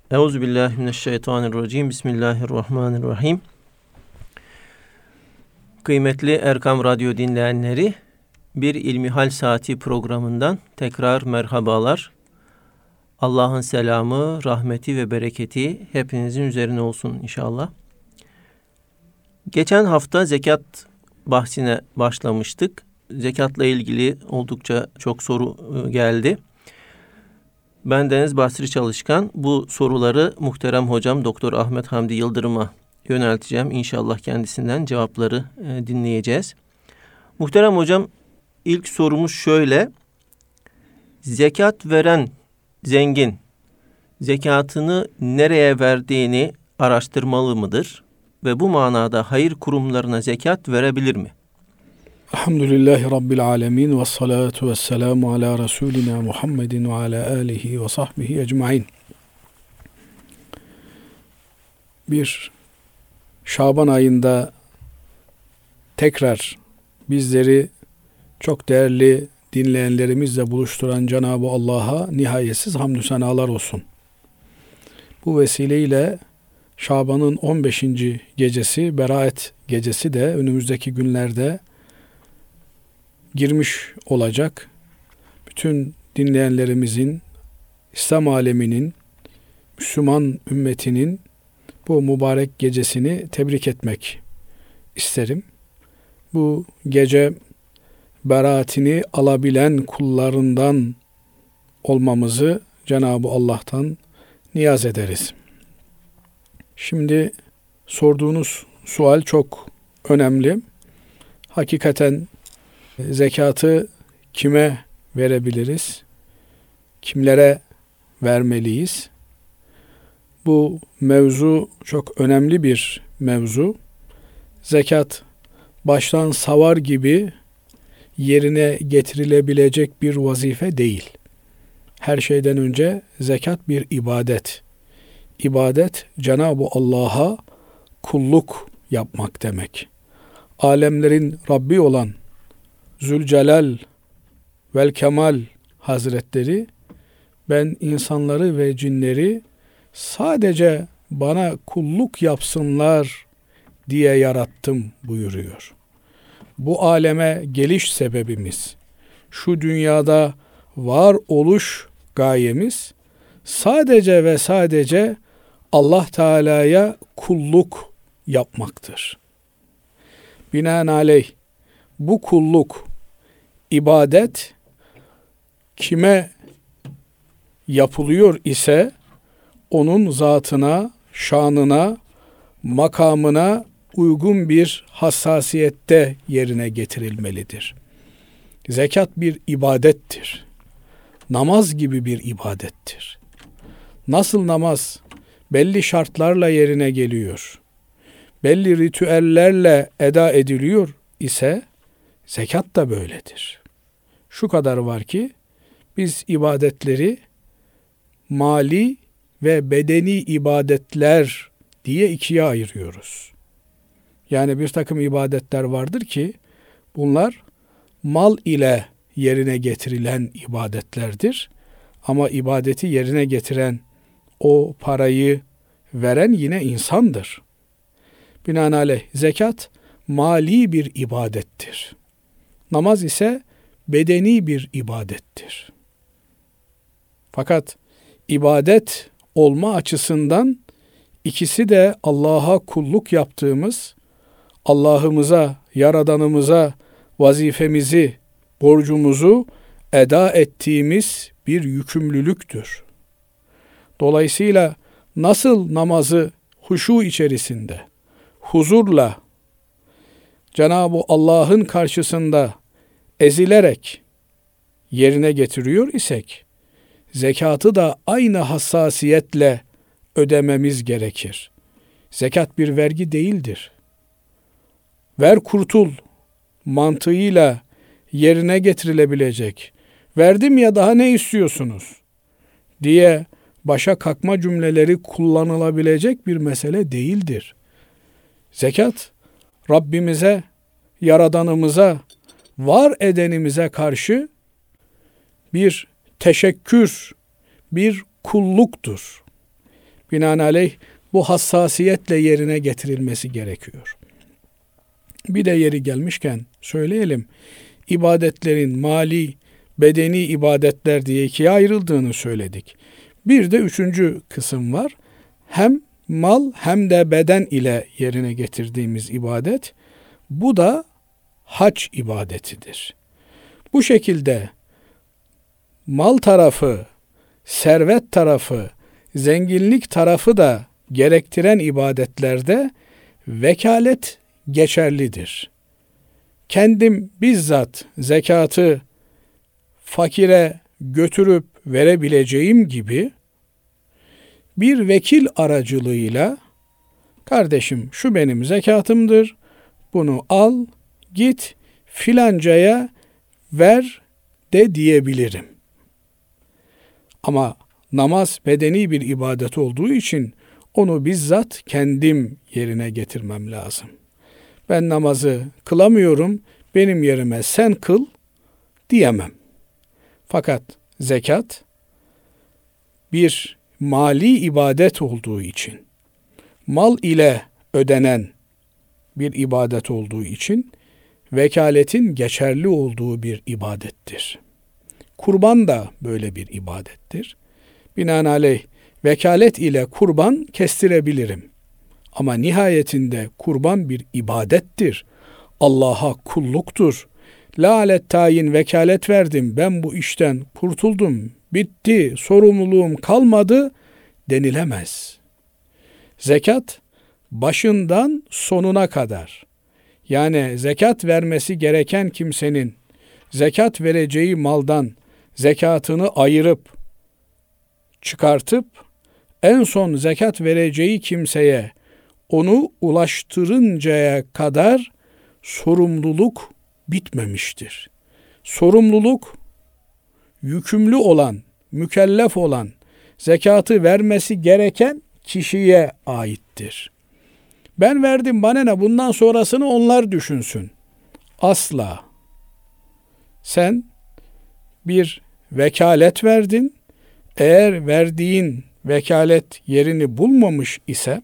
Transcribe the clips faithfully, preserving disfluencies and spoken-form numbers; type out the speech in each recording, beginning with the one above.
Euzubillahimineşşeytanirracim. Bismillahirrahmanirrahim. Kıymetli Erkam Radyo dinleyenleri, bir İlmihal Saati programından tekrar merhabalar. Allah'ın selamı, rahmeti ve bereketi hepinizin üzerine olsun inşallah. Geçen hafta zekat bahsine başlamıştık. Zekatla ilgili oldukça çok soru geldi. Ben Deniz Basri Çalışkan. Bu soruları muhterem hocam Doktor Ahmet Hamdi Yıldırım'a yönelteceğim. İnşallah kendisinden cevapları e, dinleyeceğiz. Muhterem hocam, ilk sorumuz şöyle. Zekat veren zengin zekatını nereye verdiğini araştırmalı mıdır? Ve bu manada hayır kurumlarına zekat verebilir mi? Elhamdülillahi Rabbil alemin ve salatu ve selamu ala Resulina Muhammedin ve ala alihi ve sahbihi ecmain. Bir Şaban ayında tekrar bizleri çok değerli dinleyenlerimizle buluşturan Cenab-ı Allah'a nihayetsiz hamdü senalar olsun. Bu vesileyle Şaban'ın on beşinci gecesi, Beraat gecesi de önümüzdeki günlerde girmiş olacak. Bütün dinleyenlerimizin, İslam aleminin, Müslüman ümmetinin bu mübarek gecesini tebrik etmek isterim. Bu gece beraatini alabilen kullarından olmamızı Cenab-ı Allah'tan niyaz ederiz. Şimdi sorduğunuz sual çok önemli. Hakikaten zekatı kime verebiliriz? Kimlere vermeliyiz? Bu mevzu çok önemli bir mevzu. Zekat baştan savar gibi yerine getirilebilecek bir vazife değil. Her şeyden önce zekat bir ibadet. İbadet Cenab-ı Allah'a kulluk yapmak demek. Alemlerin Rabbi olan Zülcelal vel Kemal Hazretleri, ben insanları ve cinleri sadece bana kulluk yapsınlar diye yarattım buyuruyor. Bu aleme geliş sebebimiz, şu dünyada var oluş gayemiz sadece ve sadece Allah Teala'ya kulluk yapmaktır. Binaenaleyh bu kulluk, ibadet kime yapılıyor ise onun zatına, şanına, makamına uygun bir hassasiyette yerine getirilmelidir. Zekat bir ibadettir. Namaz gibi bir ibadettir. Nasıl namaz belli şartlarla yerine geliyor, belli ritüellerle eda ediliyor ise zekat da böyledir. Şu kadar var ki biz ibadetleri mali ve bedeni ibadetler diye ikiye ayırıyoruz. Yani bir takım ibadetler vardır ki bunlar mal ile yerine getirilen ibadetlerdir. Ama ibadeti yerine getiren, o parayı veren yine insandır. Binaenaleyh zekat mali bir ibadettir. Namaz ise bedeni bir ibadettir. Fakat ibadet olma açısından ikisi de Allah'a kulluk yaptığımız, Allah'ımıza, Yaradanımıza vazifemizi, borcumuzu eda ettiğimiz bir yükümlülüktür. Dolayısıyla nasıl namazı huşu içerisinde, huzurla, Cenab-ı Allah'ın karşısında ezilerek yerine getiriyor isek, zekatı da aynı hassasiyetle ödememiz gerekir. Zekat bir vergi değildir. Ver kurtul mantığıyla yerine getirilebilecek, verdim ya daha ne istiyorsunuz diye başa kalkma cümleleri kullanılabilecek bir mesele değildir. Zekat, Rabbimize, Yaradanımıza, var edenimize karşı bir teşekkür, bir kulluktur. Binaenaleyh bu hassasiyetle yerine getirilmesi gerekiyor. Bir de yeri gelmişken söyleyelim, ibadetlerin mali, bedeni ibadetler diye ikiye ayrıldığını söyledik. Bir de üçüncü kısım var. Hem mal hem de beden ile yerine getirdiğimiz ibadet. Bu da hac ibadetidir. Bu şekilde mal tarafı, servet tarafı, zenginlik tarafı da gerektiren ibadetlerde vekalet geçerlidir. Kendim bizzat zekatı fakire götürüp verebileceğim gibi bir vekil aracılığıyla kardeşim şu benim zekatımdır, bunu al, git filancaya ver de diyebilirim. Ama namaz bedeni bir ibadet olduğu için onu bizzat kendim yerine getirmem lazım. Ben namazı kılamıyorum, benim yerime sen kıl diyemem. Fakat zekat bir mali ibadet olduğu için, mal ile ödenen bir ibadet olduğu için vekaletin geçerli olduğu bir ibadettir. Kurban da böyle bir ibadettir. Binaenaleyh vekalet ile kurban kestirebilirim. Ama nihayetinde kurban bir ibadettir. Allah'a kulluktur. La alet tayin vekalet verdim, ben bu işten kurtuldum, bitti, sorumluluğum kalmadı denilemez. Zekat başından sonuna kadar, yani zekat vermesi gereken kimsenin zekat vereceği maldan zekatını ayırıp çıkartıp en son zekat vereceği kimseye onu ulaştırıncaya kadar sorumluluk bitmemiştir. Sorumluluk yükümlü olan, mükellef olan, zekatı vermesi gereken kişiye aittir. Ben verdim, bana ne, bundan sonrasını onlar düşünsün. Asla. Sen bir vekalet verdin. Eğer verdiğin vekalet yerini bulmamış ise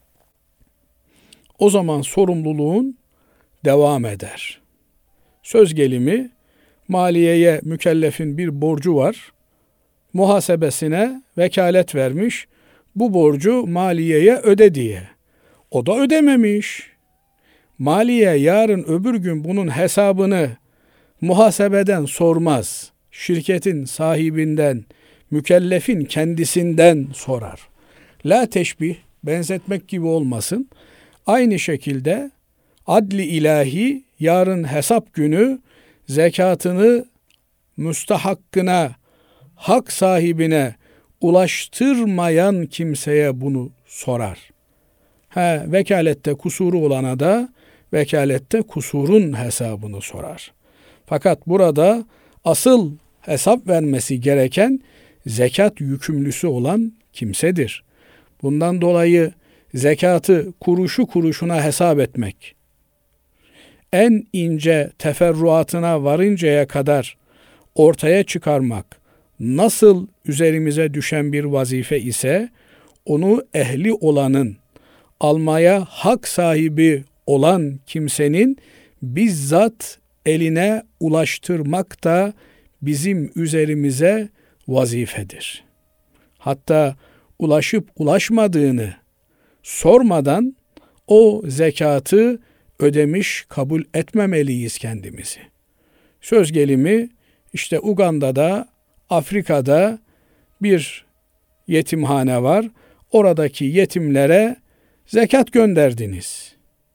o zaman sorumluluğun devam eder. Söz gelimi maliyeye mükellefin bir borcu var. Muhasebesine vekalet vermiş. Bu borcu maliyeye öde diye. O da ödememiş. Maliye yarın öbür gün bunun hesabını muhasebeden sormaz. Şirketin sahibinden, mükellefin kendisinden sorar. La teşbih, benzetmek gibi olmasın. Aynı şekilde adli ilahi yarın hesap günü zekatını müstahakkına, hak sahibine ulaştırmayan kimseye bunu sorar. Ha, vekalette kusuru olana da vekalette kusurun hesabını sorar. Fakat burada asıl hesap vermesi gereken zekat yükümlüsü olan kimsedir. Bundan dolayı zekatı kuruşu kuruşuna hesap etmek, en ince teferruatına varıncaya kadar ortaya çıkarmak nasıl üzerimize düşen bir vazife ise, onu ehli olanın, almaya hak sahibi olan kimsenin bizzat eline ulaştırmak da bizim üzerimize vazifedir. Hatta ulaşıp ulaşmadığını sormadan o zekatı ödemiş kabul etmemeliyiz kendimizi. Söz gelimi işte Uganda'da, Afrika'da bir yetimhane var. Oradaki yetimlere zekat gönderdiniz.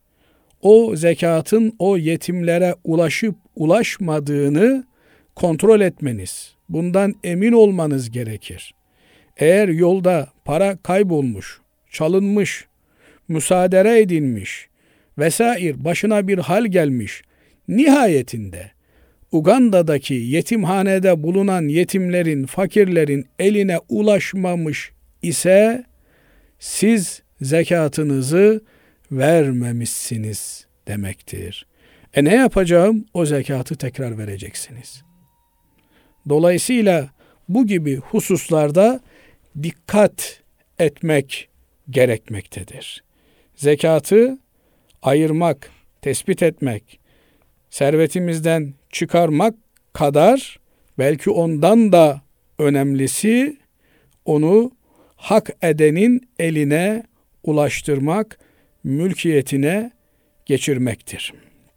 O zekatın o yetimlere ulaşıp ulaşmadığını kontrol etmeniz, bundan emin olmanız gerekir. Eğer yolda para kaybolmuş, çalınmış, müsaade edilmiş vesaire başına bir hal gelmiş, nihayetinde Uganda'daki yetimhanede bulunan yetimlerin, fakirlerin eline ulaşmamış ise siz zekatınızı vermemişsiniz demektir. E ne yapacağım? O zekatı tekrar vereceksiniz. Dolayısıyla bu gibi hususlarda dikkat etmek gerekmektedir. Zekatı ayırmak, tespit etmek, servetimizden çıkarmak kadar belki ondan da önemlisi onu hak edenin eline ulaştırmak, mülkiyetine geçirmektir.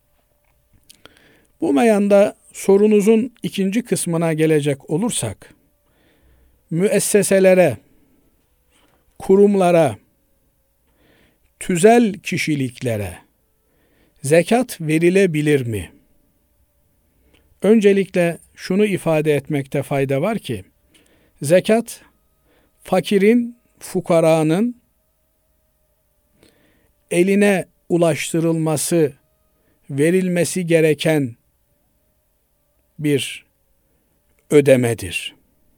Bu meyanda sorunuzun ikinci kısmına gelecek olursak, müesseselere, kurumlara, tüzel kişiliklere zekat verilebilir mi? Öncelikle şunu ifade etmekte fayda var ki, zekat, fakirin, fukaranın eline ulaştırılması, verilmesi gereken bir ödemedir.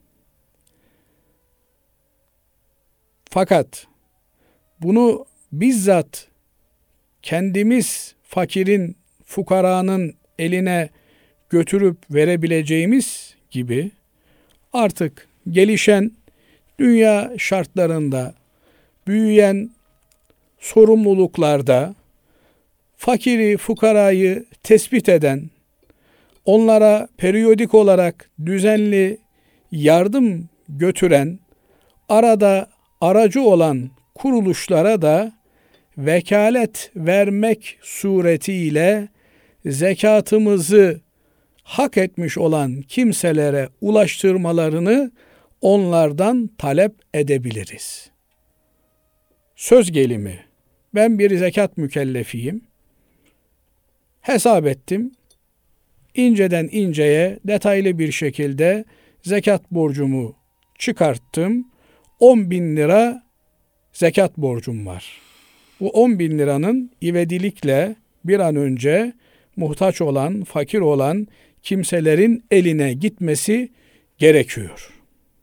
Fakat bunu bizzat kendimiz fakirin, fukaranın eline götürüp verebileceğimiz gibi artık gelişen dünya şartlarında, büyüyen sorumluluklarda fakiri, fukarayı tespit eden, onlara periyodik olarak düzenli yardım götüren, arada aracı olan kuruluşlara da vekalet vermek suretiyle zekatımızı hak etmiş olan kimselere ulaştırmalarını onlardan talep edebiliriz. Söz gelimi, ben bir zekat mükellefiyim. Hesap ettim. İnceden inceye detaylı bir şekilde zekat borcumu çıkarttım. on bin lira zekat borcum var. Bu on bin liranın ivedilikle bir an önce muhtaç olan, fakir olan kimselerin eline gitmesi gerekiyor.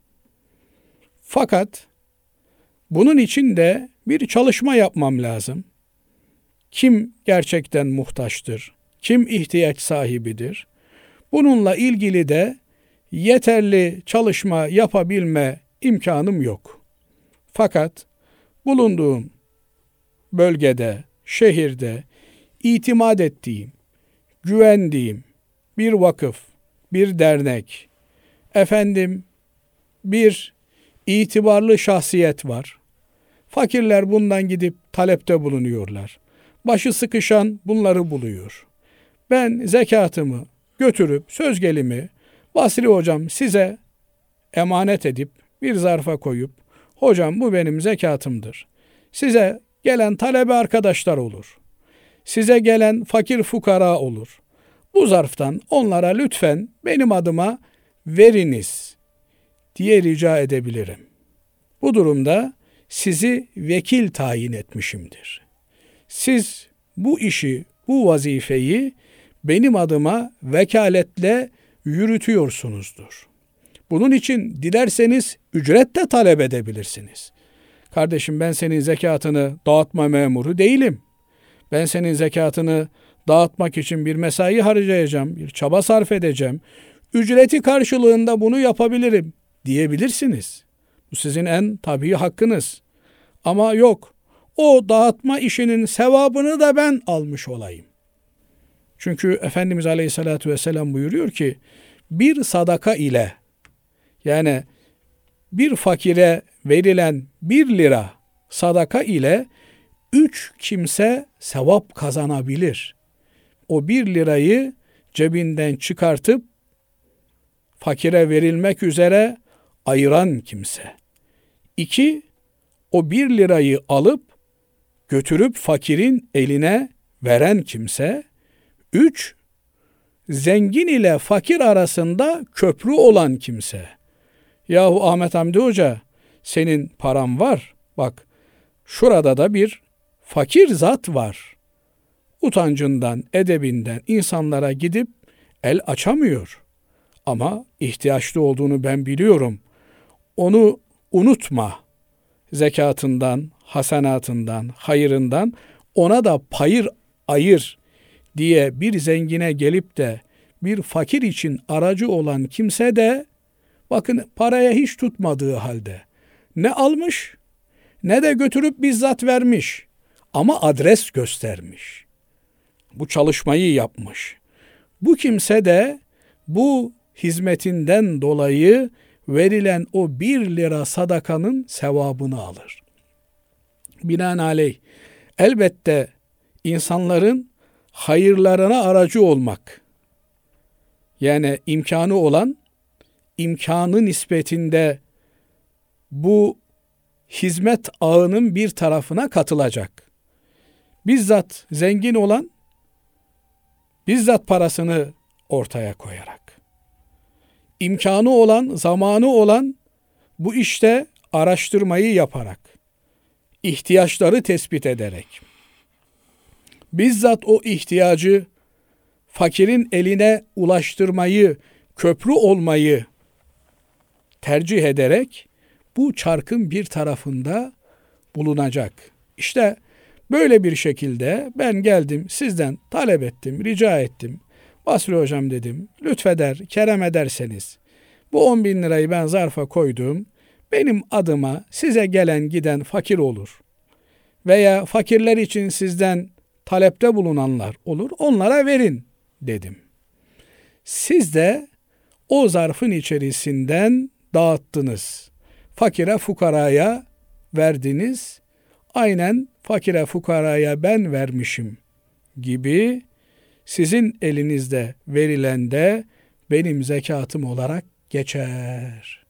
Fakat bunun için de bir çalışma yapmam lazım. Kim gerçekten muhtaçtır? Kim ihtiyaç sahibidir? Bununla ilgili de yeterli çalışma yapabilme imkanım yok. Fakat bulunduğum bölgede, şehirde itimat ettiğim, güvendiğim bir vakıf, bir dernek, efendim bir itibarlı şahsiyet var. Fakirler bundan gidip talepte bulunuyorlar. Başı sıkışan bunları buluyor. Ben zekatımı götürüp söz gelimi Basri hocam size emanet edip bir zarfa koyup hocam bu benim zekatımdır. Size gelen talebe arkadaşlar olur. Size gelen fakir fukara olur. Bu zarftan onlara lütfen benim adıma veriniz diye rica edebilirim. Bu durumda sizi vekil tayin etmişimdir. Siz bu işi, bu vazifeyi benim adıma vekaletle yürütüyorsunuzdur. Bunun için dilerseniz ücret de talep edebilirsiniz. Kardeşim ben senin zekatını dağıtma memuru değilim. Ben senin zekatını dağıtmak için bir mesai harcayacağım, bir çaba sarf edeceğim. Ücreti karşılığında bunu yapabilirim diyebilirsiniz. Bu sizin en tabii hakkınız. Ama yok, o dağıtma işinin sevabını da ben almış olayım. Çünkü Efendimiz Aleyhisselatü Vesselam buyuruyor ki, bir sadaka ile, yani bir fakire verilen bir lira sadaka ile üç kimse sevap kazanabilir. O bir lirayı cebinden çıkartıp fakire verilmek üzere ayıran kimse. İki, o bir lirayı alıp götürüp fakirin eline veren kimse. Üç, zengin ile fakir arasında köprü olan kimse. Yahu Ahmet Hamdi Hoca, senin paran var. Bak, şurada da bir fakir zat var. Utancından, edebinden insanlara gidip el açamıyor. Ama ihtiyaçlı olduğunu ben biliyorum. Onu unutma. Zekatından, hasenatından, hayırından ona da payır ayır diye bir zengine gelip de bir fakir için aracı olan kimse de bakın paraya hiç tutmadığı halde ne almış ne de götürüp bizzat vermiş. Ama adres göstermiş. Bu çalışmayı yapmış. Bu kimse de bu hizmetinden dolayı verilen o bir lira sadakanın sevabını alır. Binaenaleyh elbette insanların hayırlarına aracı olmak, yani imkanı olan imkanı nispetinde bu hizmet ağının bir tarafına katılacak. Bizzat zengin olan bizzat parasını ortaya koyarak, imkanı olan, zamanı olan bu işte araştırmayı yaparak, ihtiyaçları tespit ederek, bizzat o ihtiyacı fakirin eline ulaştırmayı, köprü olmayı tercih ederek bu çarkın bir tarafında bulunacak. İşte böyle bir şekilde ben geldim, sizden talep ettim, rica ettim. Basri hocam dedim, lütfeder, kerem ederseniz bu on bin lirayı ben zarfa koydum. Benim adıma size gelen giden fakir olur. Veya fakirler için sizden talepte bulunanlar olur. Onlara verin dedim. Siz de o zarfın içerisinden dağıttınız. Fakire fukaraya verdiniz. Aynen fakire fukaraya ben vermişim gibi sizin elinizde verilen de benim zekatım olarak geçer.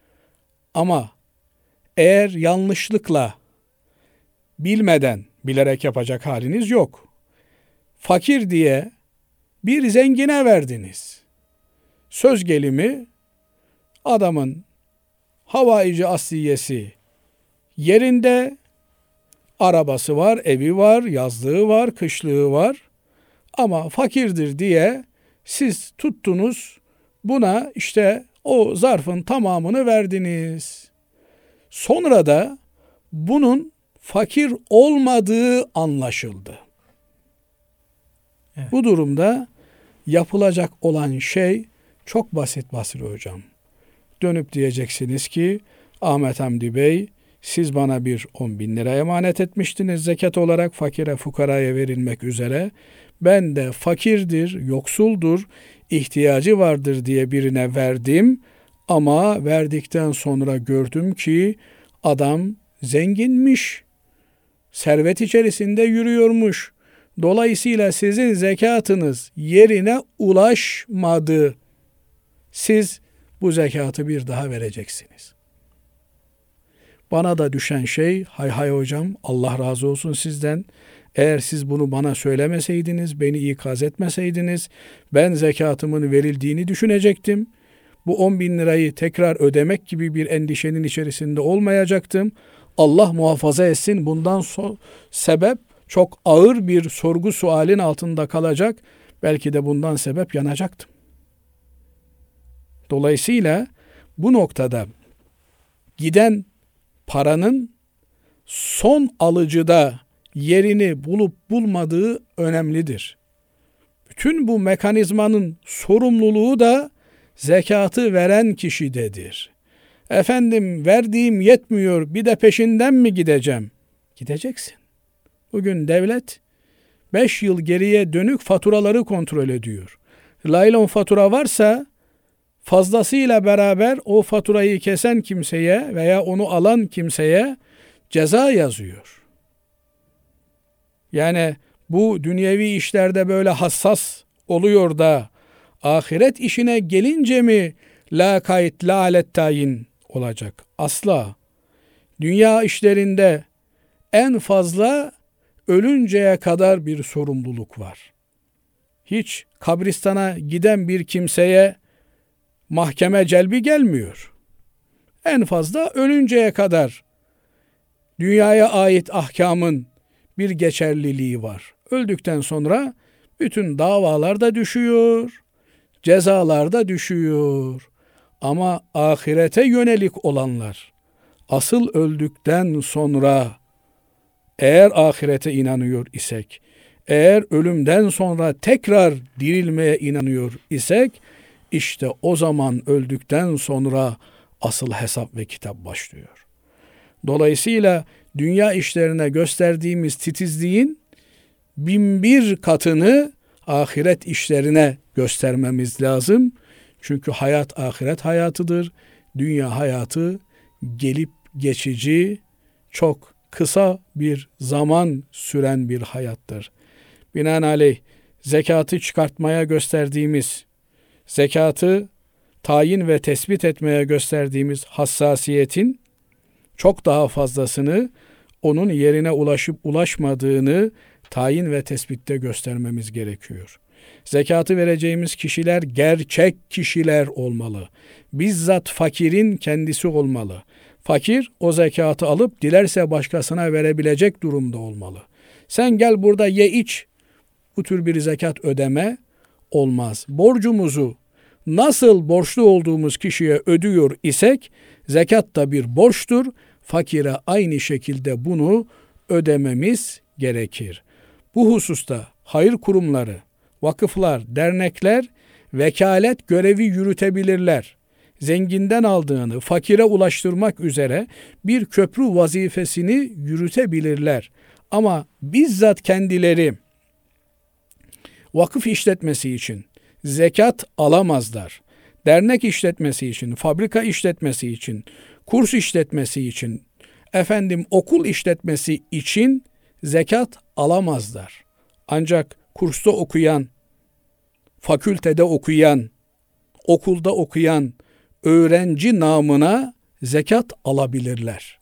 Ama eğer yanlışlıkla, bilmeden, bilerek yapacak haliniz yok, fakir diye bir zengine verdiniz. Söz gelimi adamın havaici asliyesi yerinde, arabası var, evi var, yazlığı var, kışlığı var. Ama fakirdir diye siz tuttunuz, buna işte o zarfın tamamını verdiniz. Sonra da bunun fakir olmadığı anlaşıldı. Evet. Bu durumda yapılacak olan şey çok basit Basri hocam. Dönüp diyeceksiniz ki Ahmet Hamdi Bey, siz bana bir on bin lira emanet etmiştiniz zekat olarak fakire fukaraya verilmek üzere. Ben de fakirdir, yoksuldur, ihtiyacı vardır diye birine verdim. Ama verdikten sonra gördüm ki adam zenginmiş, servet içerisinde yürüyormuş. Dolayısıyla sizin zekatınız yerine ulaşmadı. Siz bu zekatı bir daha vereceksiniz. Bana da düşen şey, hay hay hocam, Allah razı olsun sizden. Eğer siz bunu bana söylemeseydiniz, beni ikaz etmeseydiniz, ben zekatımın verildiğini düşünecektim. Bu on bin lirayı tekrar ödemek gibi bir endişenin içerisinde olmayacaktım. Allah muhafaza etsin, bundan so- sebep çok ağır bir sorgu sualin altında kalacak. Belki de bundan sebep yanacaktım. Dolayısıyla bu noktada giden paranın son alıcıda yerini bulup bulmadığı önemlidir. Bütün bu mekanizmanın sorumluluğu da zekatı veren kişidedir. Efendim verdiğim yetmiyor, bir de peşinden mi gideceğim? Gideceksin. Bugün devlet beş yıl geriye dönük faturaları kontrol ediyor. Laylon fatura varsa fazlasıyla beraber o faturayı kesen kimseye veya onu alan kimseye ceza yazıyor. Yani bu dünyevi işlerde böyle hassas oluyor da ahiret işine gelince mi la kayıt la alet tayin olacak? Asla. Dünya işlerinde en fazla ölünceye kadar bir sorumluluk var. Hiç kabristana giden bir kimseye mahkeme celbi gelmiyor. En fazla ölünceye kadar dünyaya ait ahkamın bir geçerliliği var. Öldükten sonra bütün davalar da düşüyor, cezalar da düşüyor. Ama ahirete yönelik olanlar asıl öldükten sonra eğer ahirete inanıyor isek, eğer ölümden sonra tekrar dirilmeye inanıyor isek, işte o zaman öldükten sonra asıl hesap ve kitap başlıyor. Dolayısıyla dünya işlerine gösterdiğimiz titizliğin bin bir katını ahiret işlerine göstermemiz lazım. Çünkü hayat ahiret hayatıdır. Dünya hayatı gelip geçici, çok kısa bir zaman süren bir hayattır. Binaenaleyh zekatı çıkartmaya gösterdiğimiz, zekatı tayin ve tespit etmeye gösterdiğimiz hassasiyetin çok daha fazlasını onun yerine ulaşıp ulaşmadığını tayin ve tespitte göstermemiz gerekiyor. Zekatı vereceğimiz kişiler gerçek kişiler olmalı. Bizzat fakirin kendisi olmalı. Fakir o zekatı alıp dilerse başkasına verebilecek durumda olmalı. Sen gel burada ye iç, bu tür bir zekat ödeme olmaz. Borcumuzu nasıl borçlu olduğumuz kişiye ödüyor isek, zekat da bir borçtur. Fakire aynı şekilde bunu ödememiz gerekir. Bu hususta hayır kurumları, vakıflar, dernekler vekalet görevi yürütebilirler. Zenginden aldığını fakire ulaştırmak üzere bir köprü vazifesini yürütebilirler. Ama bizzat kendileri vakıf işletmesi için zekat alamazlar. Dernek işletmesi için, fabrika işletmesi için, kurs işletmesi için, efendim okul işletmesi için zekat alamazlar. Ancak kursta okuyan, fakültede okuyan, okulda okuyan öğrenci namına zekat alabilirler.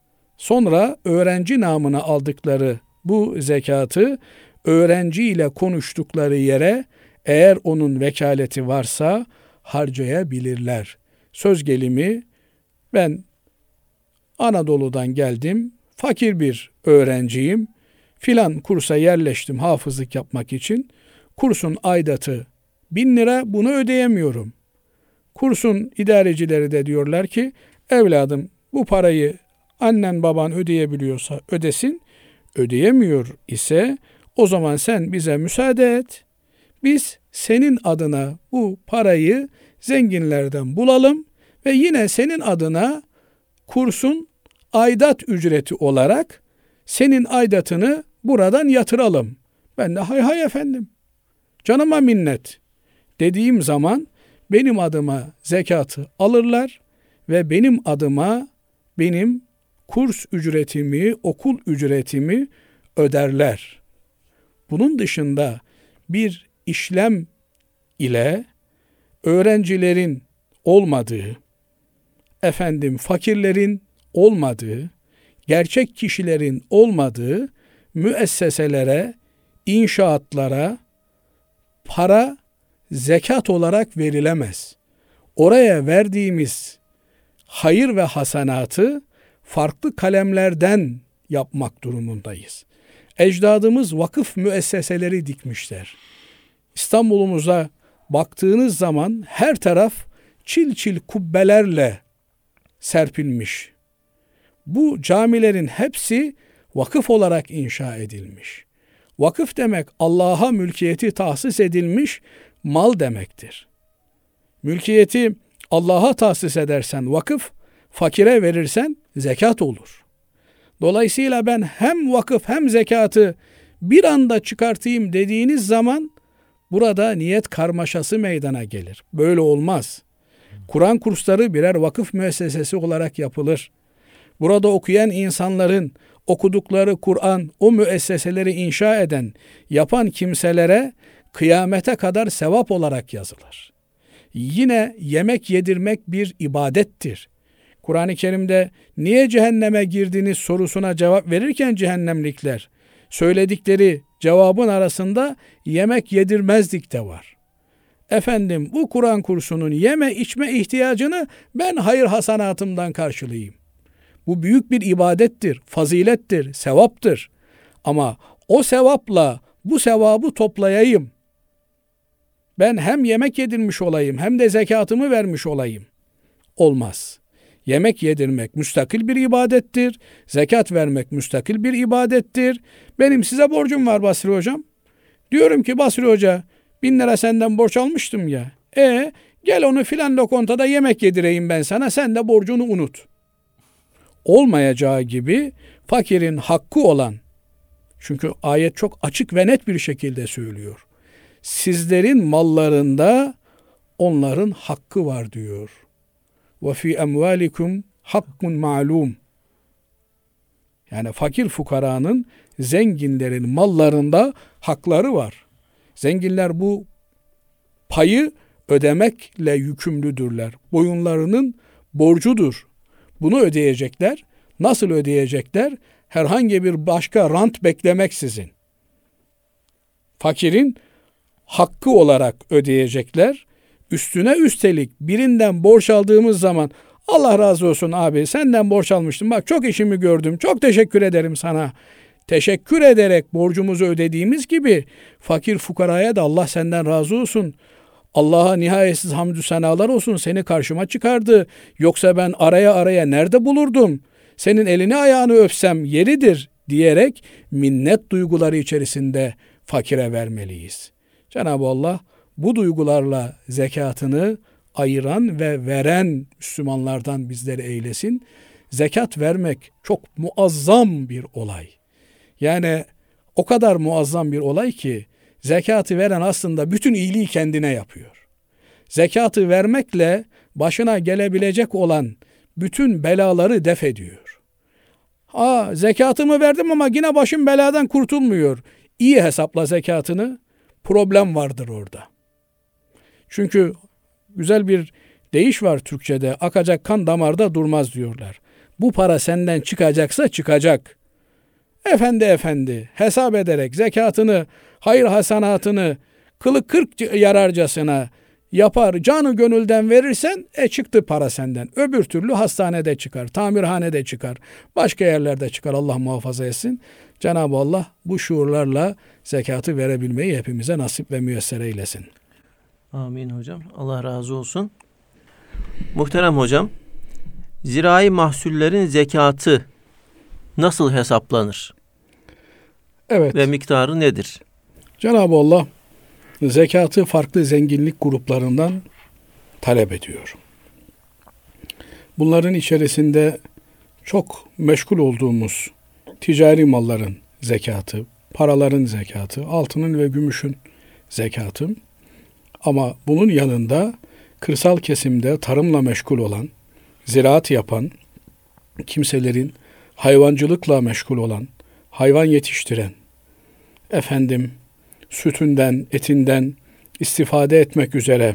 Sonra öğrenci namına aldıkları bu zekatı öğrenci ile konuştukları yere eğer onun vekaleti varsa harcayabilirler. Söz gelimi ben Anadolu'dan geldim, fakir bir öğrenciyim. Filan kursa yerleştim hafızlık yapmak için. Kursun aidatı bin lira, bunu ödeyemiyorum. Kursun idarecileri de diyorlar ki evladım bu parayı annen baban ödeyebiliyorsa ödesin. Ödeyemiyor ise o zaman sen bize müsaade et. Biz senin adına bu parayı zenginlerden bulalım ve yine senin adına kursun aidat ücreti olarak senin aidatını buradan yatıralım. Ben de hay hay efendim, canıma minnet dediğim zaman benim adıma zekatı alırlar ve benim adıma benim kurs ücretimi, okul ücretimi öderler. Bunun dışında bir işlem ile öğrencilerin olmadığı, efendim fakirlerin olmadığı, gerçek kişilerin olmadığı müesseselere, inşaatlara para zekat olarak verilemez. Oraya verdiğimiz hayır ve hasenatı farklı kalemlerden yapmak durumundayız. Ecdadımız vakıf müesseseleri dikmişler. İstanbul'umuza baktığınız zaman her taraf çil çil kubbelerle serpilmiş. Bu camilerin hepsi vakıf olarak inşa edilmiş. Vakıf demek Allah'a mülkiyeti tahsis edilmiş mal demektir. Mülkiyeti Allah'a tahsis edersen vakıf, fakire verirsen zekat olur. Dolayısıyla ben hem vakıf hem zekatı bir anda çıkartayım dediğiniz zaman burada niyet karmaşası meydana gelir. Böyle olmaz. Kur'an kursları birer vakıf müessesesi olarak yapılır. Burada okuyan insanların okudukları Kur'an, o müesseseleri inşa eden, yapan kimselere kıyamete kadar sevap olarak yazılır. Yine yemek yedirmek bir ibadettir. Kur'an-ı Kerim'de niye cehenneme girdiniz sorusuna cevap verirken cehennemlikler, söyledikleri cevabın arasında yemek yedirmezdik de var. Efendim bu Kur'an kursunun yeme içme ihtiyacını ben hayır hasanatımdan karşılayayım. Bu büyük bir ibadettir, fazilettir, sevaptır. Ama o sevapla bu sevabı toplayayım. Ben hem yemek yedirmiş olayım hem de zekatımı vermiş olayım. Olmaz. Yemek yedirmek müstakil bir ibadettir. Zekat vermek müstakil bir ibadettir. Benim size borcum var Basri Hocam. Diyorum ki Basri Hoca bin lira senden borç almıştım ya. E gel onu filan lokantada yemek yedireyim ben sana, sen de borcunu unut. olmayacağı gibi fakirin hakkı olan, çünkü ayet çok açık ve net bir şekilde söylüyor. Sizlerin mallarında onların hakkı var diyor. Ve fi emvalikum hakkun ma'lum. Yani fakir fukaranın, zenginlerin mallarında hakları var. Zenginler bu payı ödemekle yükümlüdürler. Boyunlarının borcudur. Bunu ödeyecekler. Nasıl ödeyecekler? Herhangi bir başka rant beklemeksizin. Fakirin hakkı olarak ödeyecekler. Üstüne üstelik birinden borç aldığımız zaman, Allah razı olsun abi, senden borç almıştım, bak çok işimi gördüm, çok teşekkür ederim sana. Teşekkür ederek borcumuzu ödediğimiz gibi fakir fukaraya da Allah senden razı olsun, Allah'a nihayetsiz hamdü senalar olsun, seni karşıma çıkardı. Yoksa ben araya araya nerede bulurdum? Senin elini ayağını öpsem yeridir diyerek minnet duyguları içerisinde fakire vermeliyiz. Cenab-ı Allah bu duygularla zekatını ayıran ve veren Müslümanlardan bizleri eylesin. Zekat vermek çok muazzam bir olay. Yani o kadar muazzam bir olay ki zekatı veren aslında bütün iyiliği kendine yapıyor. Zekatı vermekle başına gelebilecek olan bütün belaları def ediyor. Aa, zekatımı verdim ama yine başım beladan kurtulmuyor. İyi hesapla zekatını, problem vardır orada. Çünkü güzel bir deyiş var Türkçe'de, akacak kan damarda durmaz diyorlar. Bu para senden çıkacaksa çıkacak. Efendi efendi hesap ederek zekatını, hayır hasanatını kılı kırk yararcasına yapar, canı gönülden verirsen e çıktı para senden. Öbür türlü hastanede çıkar, tamirhanede çıkar, başka yerlerde çıkar, Allah muhafaza etsin. Cenab-ı Allah bu şuurlarla zekatı verebilmeyi hepimize nasip ve müyesser eylesin. Amin hocam. Allah razı olsun. Muhterem hocam, zirai mahsullerin zekatı nasıl hesaplanır? Evet. Ve miktarı nedir? Cenab-ı Allah zekatı farklı zenginlik gruplarından talep ediyor. Bunların içerisinde çok meşgul olduğumuz ticari malların zekatı, paraların zekatı, altının ve gümüşün zekatı. Ama bunun yanında kırsal kesimde tarımla meşgul olan, ziraat yapan kimselerin, hayvancılıkla meşgul olan, hayvan yetiştiren, efendim sütünden, etinden istifade etmek üzere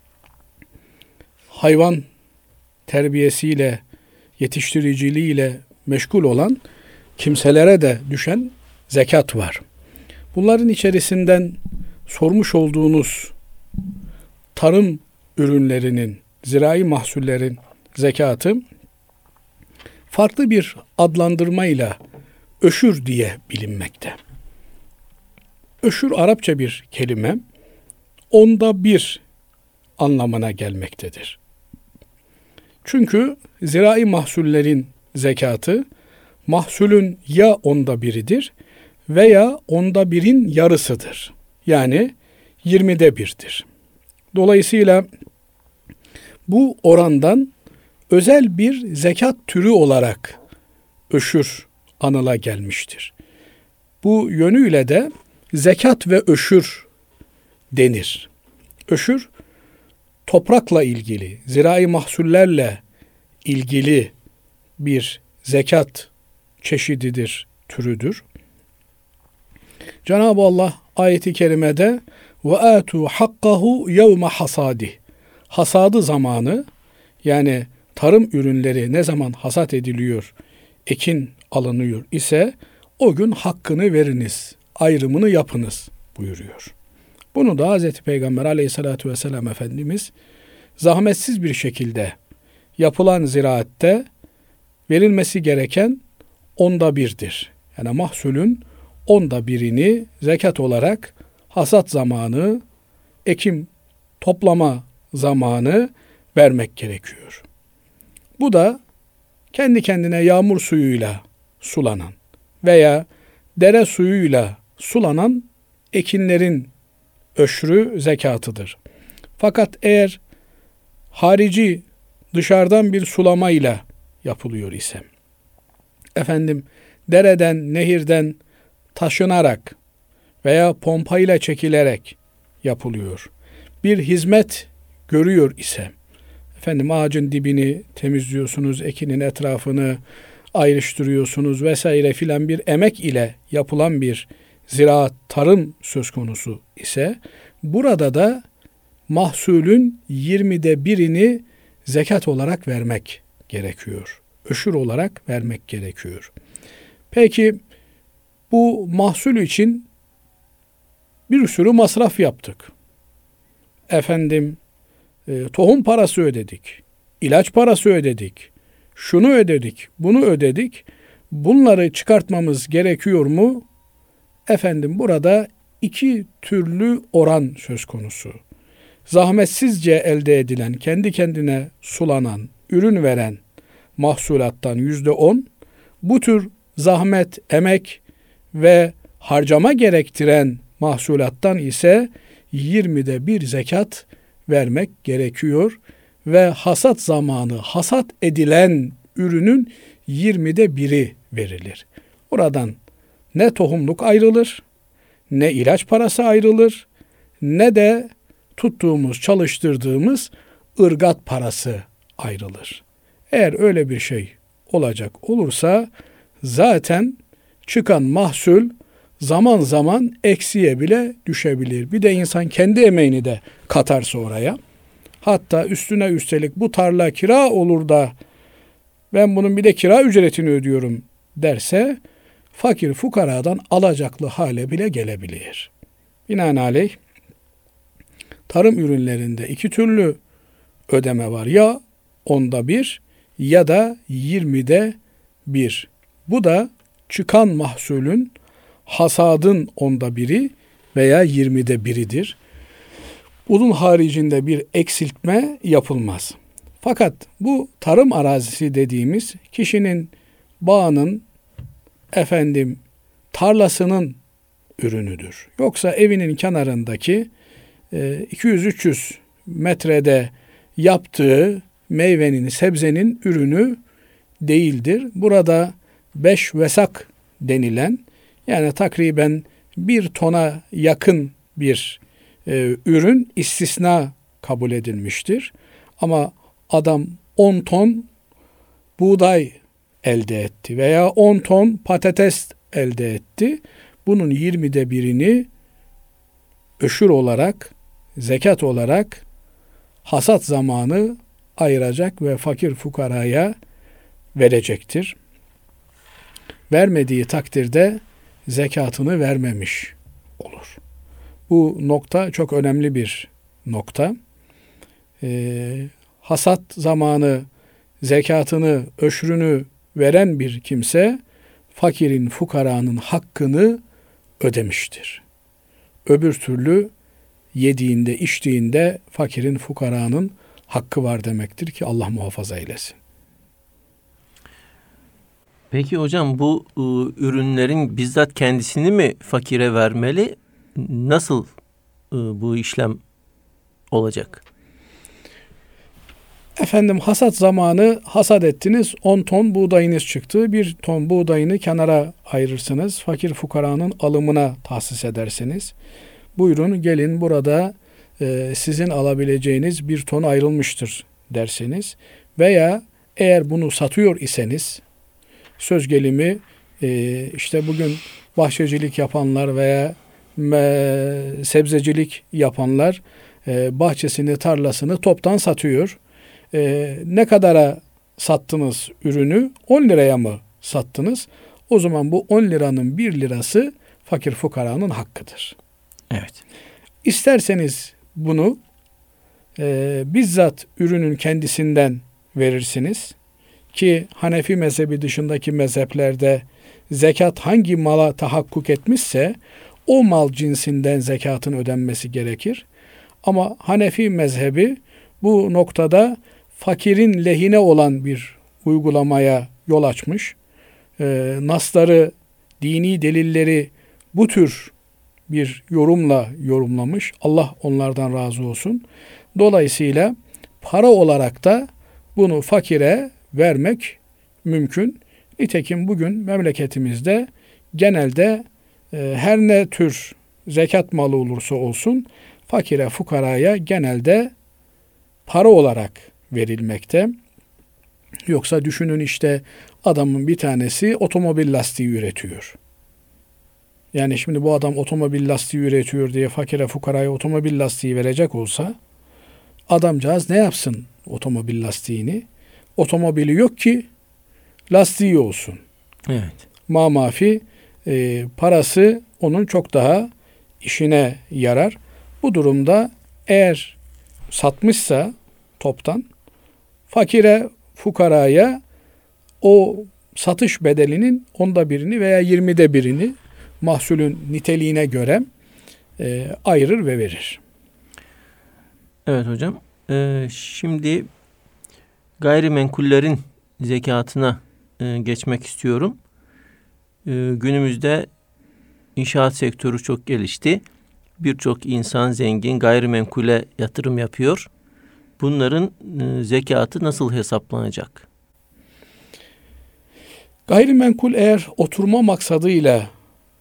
hayvan terbiyesiyle, yetiştiriciliğiyle meşgul olan kimselere de düşen zekat var. Bunların içerisinden sormuş olduğunuz tarım ürünlerinin, zirai mahsullerin zekatı farklı bir adlandırmayla öşür diye bilinmekte. Öşür Arapça bir kelime, onda bir anlamına gelmektedir. Çünkü zirai mahsullerin zekatı mahsulün ya onda biridir veya onda birin yarısıdır. Yani yirmide birdir. Dolayısıyla bu orandan özel bir zekat türü olarak öşür anıla gelmiştir. Bu yönüyle de zekat ve öşür denir. Öşür toprakla ilgili, zirai mahsullerle ilgili bir zekat çeşididir, türüdür. Cenab-ı Allah ayeti kerimede ve atu hakkahu yevme hasadi, hasadı zamanı, yani tarım ürünleri ne zaman hasat ediliyor, ekin alınıyor ise o gün hakkını veriniz, ayrımını yapınız buyuruyor. Bunu da Hazreti Peygamber Aleyhisselatü Vesselam Efendimiz zahmetsiz bir şekilde yapılan ziraatte verilmesi gereken onda birdir. Yani mahsulün onda birini zekat olarak hasat zamanı, ekim toplama zamanı vermek gerekiyor. Bu da kendi kendine yağmur suyuyla sulanan veya dere suyuyla sulanan ekinlerin öşrü zekatıdır. Fakat eğer harici dışarıdan bir sulamayla yapılıyor ise efendim dereden, nehirden taşınarak veya pompayla çekilerek yapılıyor. Bir hizmet görüyor ise, efendim ağacın dibini temizliyorsunuz, ekinin etrafını ayrıştırıyorsunuz vesaire filan, bir emek ile yapılan bir ziraat, tarım söz konusu ise, burada da mahsulün yirmide birini zekat olarak vermek gerekiyor. Öşür olarak vermek gerekiyor. Peki bu mahsul için bir sürü masraf yaptık. Efendim e, tohum parası ödedik, ilaç parası ödedik, şunu ödedik, bunu ödedik. Bunları çıkartmamız gerekiyor mu? Efendim burada iki türlü oran söz konusu. Zahmetsizce elde edilen, kendi kendine sulanan, ürün veren mahsulattan yüzde on, bu tür zahmet, emek ve harcama gerektiren mahsulattan ise yirmide bir zekat vermek gerekiyor ve hasat zamanı hasat edilen ürünün yirmide biri verilir. Buradan ne tohumluk ayrılır, ne ilaç parası ayrılır, ne de tuttuğumuz, çalıştırdığımız ırgat parası ayrılır. Eğer öyle bir şey olacak olursa zaten çıkan mahsul zaman zaman eksiye bile düşebilir. Bir de insan kendi emeğini de katarsa oraya, hatta üstüne üstelik bu tarla kira olur da ben bunun bir de kira ücretini ödüyorum derse, fakir fukaradan alacaklı hale bile gelebilir. Binaenaleyh tarım ürünlerinde iki türlü ödeme var. Ya onda bir ya da yirmide bir. Bu da çıkan mahsulün, hasadın onda biri veya yirmide biridir. Bunun haricinde bir eksiltme yapılmaz. Fakat bu tarım arazisi dediğimiz kişinin bağının, efendim tarlasının ürünüdür. Yoksa evinin kenarındaki iki yüz üç yüz metrede yaptığı meyvenin, sebzenin ürünü değildir. Burada beş vesak denilen, yani takriben bir tona yakın bir e, ürün istisna kabul edilmiştir. Ama adam on ton buğday elde etti veya on ton patates elde etti. Bunun yirmide birini öşür olarak, zekat olarak hasat zamanı ayıracak ve fakir fukaraya verecektir. Vermediği takdirde zekatını vermemiş olur. Bu nokta çok önemli bir nokta. Ee, hasat zamanı zekatını, öşrünü veren bir kimse fakirin, fukaranın hakkını ödemiştir. Öbür türlü yediğinde, içtiğinde fakirin, fukaranın hakkı var demektir ki Allah muhafaza eylesin. Peki hocam, bu ıı, ürünlerin bizzat kendisini mi fakire vermeli? Nasıl ıı, bu işlem olacak? Efendim hasat zamanı hasat ettiniz, on ton buğdayınız çıktı. Bir ton buğdayını kenara ayırırsınız. Fakir fukaranın alımına tahsis edersiniz. Buyurun gelin, burada e, sizin alabileceğiniz bir ton ayrılmıştır dersiniz. Veya eğer bunu satıyor iseniz, söz gelimi e, işte bugün bahçecilik yapanlar veya me, sebzecilik yapanlar e, bahçesini, tarlasını toptan satıyor. E, ne kadara sattınız ürünü? on liraya mı sattınız? O zaman bu on liranın bir lirası fakir fukaranın hakkıdır. Evet. İsterseniz bunu e, bizzat ürünün kendisinden verirsiniz. Ki Hanefi mezhebi dışındaki mezheplerde zekat hangi mala tahakkuk etmişse o mal cinsinden zekatın ödenmesi gerekir. Ama Hanefi mezhebi bu noktada fakirin lehine olan bir uygulamaya yol açmış. E, nasları, dini delilleri bu tür bir yorumla yorumlamış. Allah onlardan razı olsun. Dolayısıyla para olarak da bunu fakire vermek mümkün. Nitekim bugün memleketimizde genelde e, her ne tür zekat malı olursa olsun fakire fukaraya genelde para olarak verilmekte. Yoksa düşünün işte adamın bir tanesi otomobil lastiği üretiyor. Yani şimdi bu adam otomobil lastiği üretiyor diye fakire fukaraya otomobil lastiği verecek olsa adamcağız ne yapsın otomobil lastiğini? Otomobili yok ki lastiği olsun. Evet. Ma mafi e, parası onun çok daha işine yarar. Bu durumda eğer satmışsa toptan fakire fukaraya o satış bedelinin onda birini veya yirmide birini mahsulün niteliğine göre e, ayırır ve verir. Evet hocam. Ee, şimdi gayrimenkullerin zekatına e, geçmek istiyorum. E, günümüzde inşaat sektörü çok gelişti. Birçok insan zengin gayrimenkule yatırım yapıyor. Bunların e, zekatı nasıl hesaplanacak? Gayrimenkul eğer oturma maksadıyla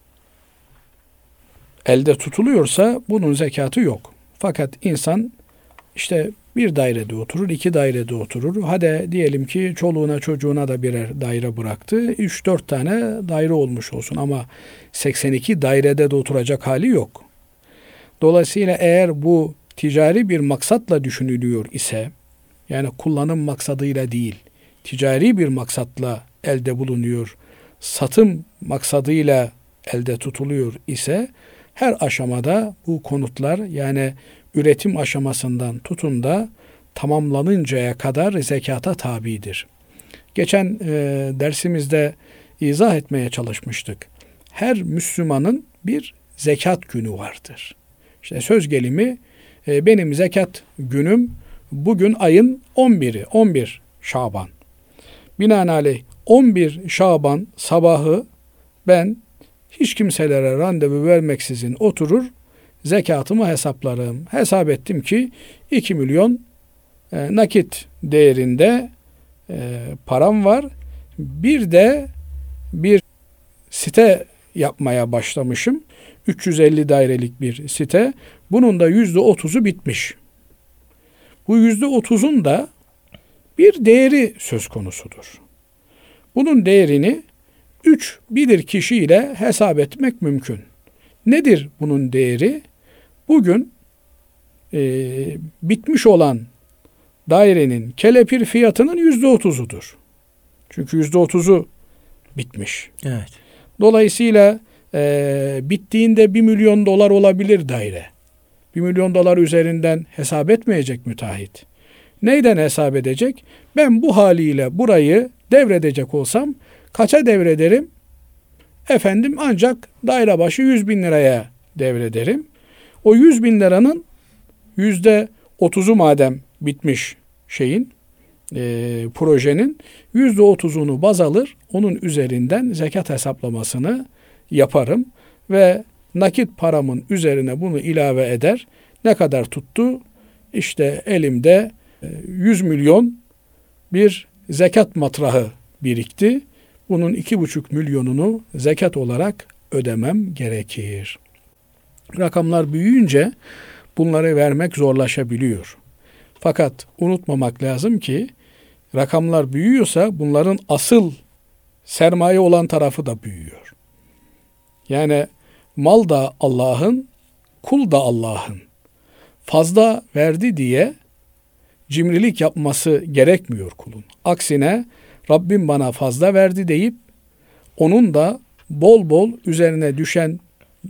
elde tutuluyorsa bunun zekatı yok. Fakat insan işte bir dairede oturur, iki dairede oturur. Hadi diyelim ki çoluğuna çocuğuna da birer daire bıraktı. üç dört tane daire olmuş olsun ama seksen iki dairede de oturacak hali yok. Dolayısıyla eğer bu ticari bir maksatla düşünülüyor ise, yani kullanım maksadıyla değil, ticari bir maksatla elde bulunuyor, satım maksadıyla elde tutuluyor ise her aşamada bu konutlar yani üretim aşamasından tutun da tamamlanıncaya kadar zekata tabidir. Geçen e, dersimizde izah etmeye çalışmıştık. Her Müslümanın bir zekat günü vardır. İşte söz gelimi e, benim zekat günüm bugün ayın on biri, on bir Şaban. Binaenaleyh on bir Şaban sabahı ben hiç kimselere randevu vermeksizin oturur, zekatımı hesaplarım. Hesap ettim ki iki milyon e, nakit değerinde e, param var. Bir de bir site yapmaya başlamışım. üç yüz elli dairelik bir site. Bunun da yüzde otuzu bitmiş. Bu yüzde otuzun da bir değeri söz konusudur. Bunun değerini üç bilir kişiyle hesap etmek mümkün. Nedir bunun değeri? Bugün e, bitmiş olan dairenin kelepir fiyatının yüzde otuzudur. Çünkü yüzde otuzu bitmiş. Evet. Dolayısıyla e, bittiğinde bir milyon dolar olabilir daire. Bir milyon dolar üzerinden hesap etmeyecek müteahhit. Neyden hesap edecek? Ben bu haliyle burayı devredecek olsam kaça devrederim? Efendim ancak daire başı yüz bin liraya devrederim. O yüz bin liranın yüzde otuzu madem bitmiş şeyin, e, projenin yüzde otuzunu baz alır. Onun üzerinden zekat hesaplamasını yaparım ve nakit paramın üzerine bunu ilave eder. Ne kadar tuttu? İşte elimde yüz milyon bir zekat matrahı birikti. Bunun iki buçuk milyonunu zekat olarak ödemem gerekir. Rakamlar büyüyünce bunları vermek zorlaşabiliyor. Fakat unutmamak lazım ki rakamlar büyüyorsa bunların asıl sermaye olan tarafı da büyüyor. Yani mal da Allah'ın, kul da Allah'ın. Fazla verdi diye cimrilik yapması gerekmiyor kulun. Aksine Rabbim bana fazla verdi deyip onun da bol bol üzerine düşen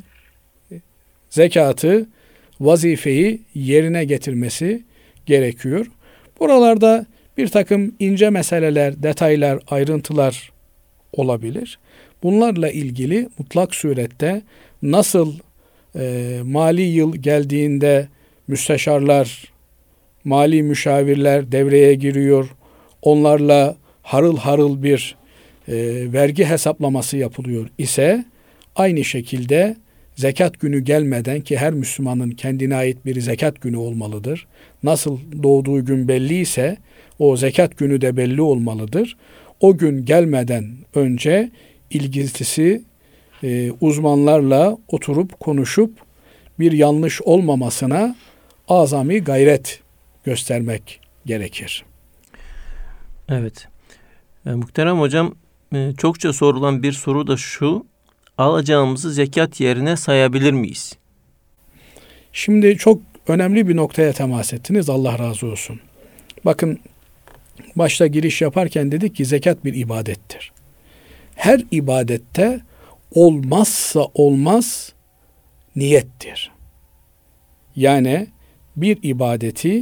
zekatı, vazifeyi yerine getirmesi gerekiyor. Buralarda bir takım ince meseleler, detaylar, ayrıntılar olabilir. Bunlarla ilgili mutlak surette nasıl e, mali yıl geldiğinde müsteşarlar, mali müşavirler devreye giriyor, onlarla harıl harıl bir e, vergi hesaplaması yapılıyor ise aynı şekilde zekat günü gelmeden ki her Müslümanın kendine ait bir zekat günü olmalıdır. Nasıl doğduğu gün belli ise o zekat günü de belli olmalıdır. o gün gelmeden önce ilgilisi e, uzmanlarla oturup konuşup bir yanlış olmamasına azami gayret göstermek gerekir. Evet. E, muhterem hocam, e, çokça sorulan bir soru da şu: alacağımızı zekat yerine sayabilir miyiz? Şimdi çok önemli bir noktaya temas ettiniz. Allah razı olsun. Bakın, başta giriş yaparken dedik ki zekat bir ibadettir. Her ibadette olmazsa olmaz niyettir. Yani bir ibadeti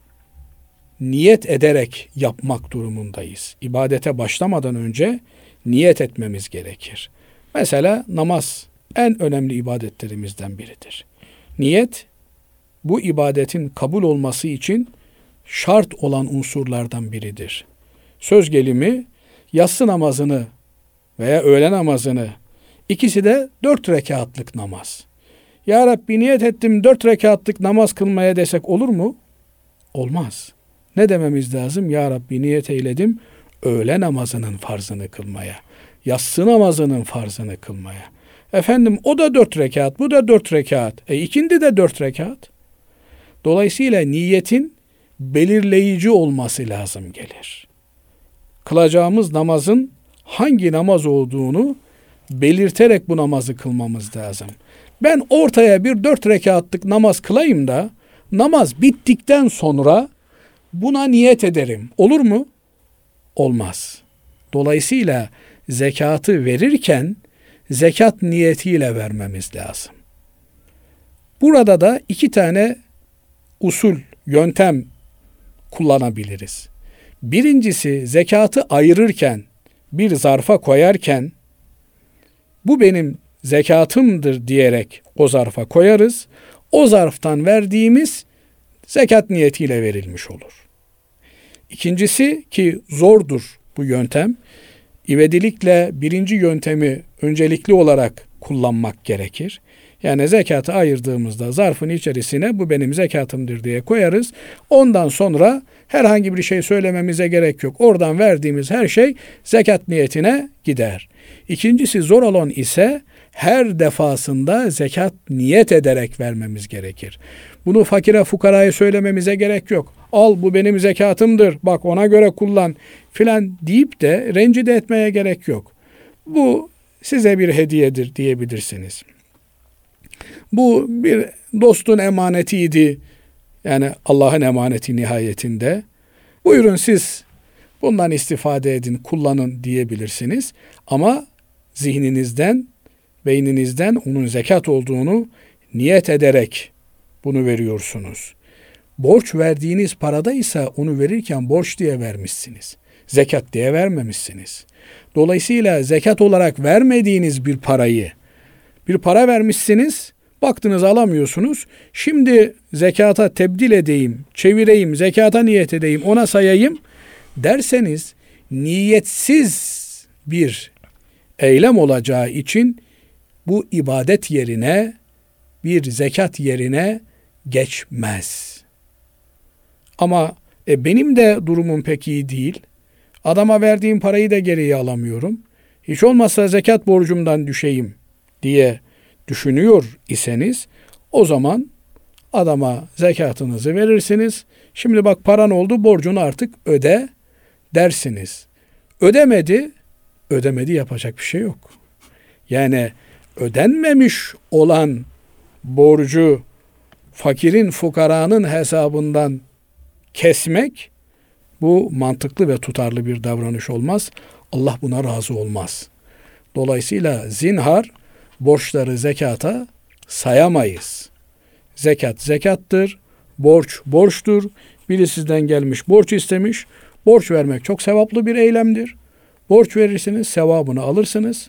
niyet ederek yapmak durumundayız. İbadete başlamadan önce niyet etmemiz gerekir. Mesela namaz en önemli ibadetlerimizden biridir. Niyet, bu ibadetin kabul olması için şart olan unsurlardan biridir. Söz gelimi yatsı namazını veya öğle namazını, ikisi de dört rekatlık namaz. Ya Rabbi niyet ettim dört rekatlık namaz kılmaya desek olur mu? Olmaz. Ne dememiz lazım? Ya Rabbi niyet eyledim öğle namazının farzını kılmaya, yatsı namazının farzını kılmaya. Efendim o da dört rekat, bu da dört rekat. E ikindi de dört rekat. Dolayısıyla niyetin belirleyici olması lazım gelir. Kılacağımız namazın hangi namaz olduğunu belirterek bu namazı kılmamız lazım. Ben ortaya bir dört rekatlık namaz kılayım da namaz bittikten sonra buna niyet ederim. Olur mu? Olmaz. Dolayısıyla zekatı verirken zekat niyetiyle vermemiz lazım. Burada da iki tane usul, yöntem kullanabiliriz. Birincisi, zekatı ayırırken, bir zarfa koyarken bu benim zekatımdır diyerek o zarfa koyarız. O zarftan verdiğimiz zekat niyetiyle verilmiş olur. İkincisi, ki zordur bu yöntem, ivedilikle birinci yöntemi öncelikli olarak kullanmak gerekir. Yani zekatı ayırdığımızda zarfın içerisine bu benim zekatımdır diye koyarız. Ondan sonra herhangi bir şey söylememize gerek yok. Oradan verdiğimiz her şey zekat niyetine gider. İkincisi, zor olan ise her defasında zekat niyet ederek vermemiz gerekir. Bunu fakire fukaraya söylememize gerek yok. Al bu benim zekatımdır, bak ona göre kullan filan deyip de rencide etmeye gerek yok. Bu size bir hediyedir diyebilirsiniz. Bu bir dostun emanetiydi. Yani Allah'ın emaneti nihayetinde. Buyurun siz bundan istifade edin, kullanın diyebilirsiniz. Ama zihninizden, beyninizden onun zekat olduğunu niyet ederek bunu veriyorsunuz. Borç verdiğiniz parada ise onu verirken borç diye vermişsiniz. Zekat diye vermemişsiniz. Dolayısıyla zekat olarak vermediğiniz bir parayı, bir para vermişsiniz, baktınız alamıyorsunuz. Şimdi zekata tebdil edeyim, çevireyim, zekata niyet edeyim, ona sayayım derseniz niyetsiz bir eylem olacağı için bu ibadet yerine, bir zekat yerine geçmez. Ama e, benim de durumum pek iyi değil. Adama verdiğim parayı da geriye alamıyorum. Hiç olmazsa zekat borcumdan düşeyim diye düşünüyor iseniz o zaman adama zekatınızı verirsiniz. Şimdi bak paran oldu, borcunu artık öde dersiniz. Ödemedi, ödemedi yapacak bir şey yok. Yani ödenmemiş olan borcu fakirin, fukaranın hesabından kesmek bu mantıklı ve tutarlı bir davranış olmaz. Allah buna razı olmaz. Dolayısıyla zinhar borçları zekata sayamayız. Zekat zekattır, borç borçtur. Biri sizden gelmiş borç istemiş. Borç vermek çok sevaplı bir eylemdir. Borç verirsiniz, sevabını alırsınız.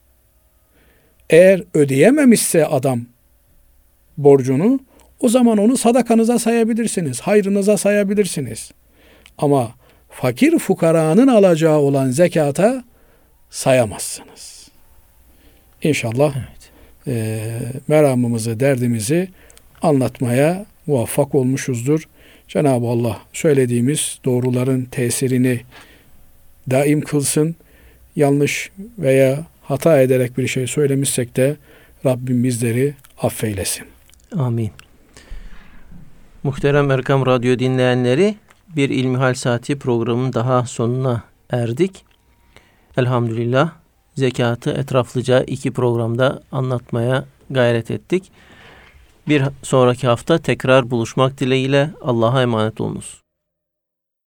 Eğer ödeyememişse adam borcunu, o zaman onu sadakanıza sayabilirsiniz, hayrınıza sayabilirsiniz. Ama fakir fukaranın alacağı olan zekata sayamazsınız. İnşallah evet. e, meramımızı, derdimizi anlatmaya muvaffak olmuşuzdur. Cenab-ı Allah söylediğimiz doğruların tesirini daim kılsın. Yanlış veya hata ederek bir şey söylemişsek de Rabbim bizleri affeylesin. Amin. Muhterem Erkam Radyo dinleyenleri, bir İlmihal Saati programının daha sonuna erdik. Elhamdülillah zekatı etraflıca iki programda anlatmaya gayret ettik. Bir sonraki hafta tekrar buluşmak dileğiyle Allah'a emanet olunuz.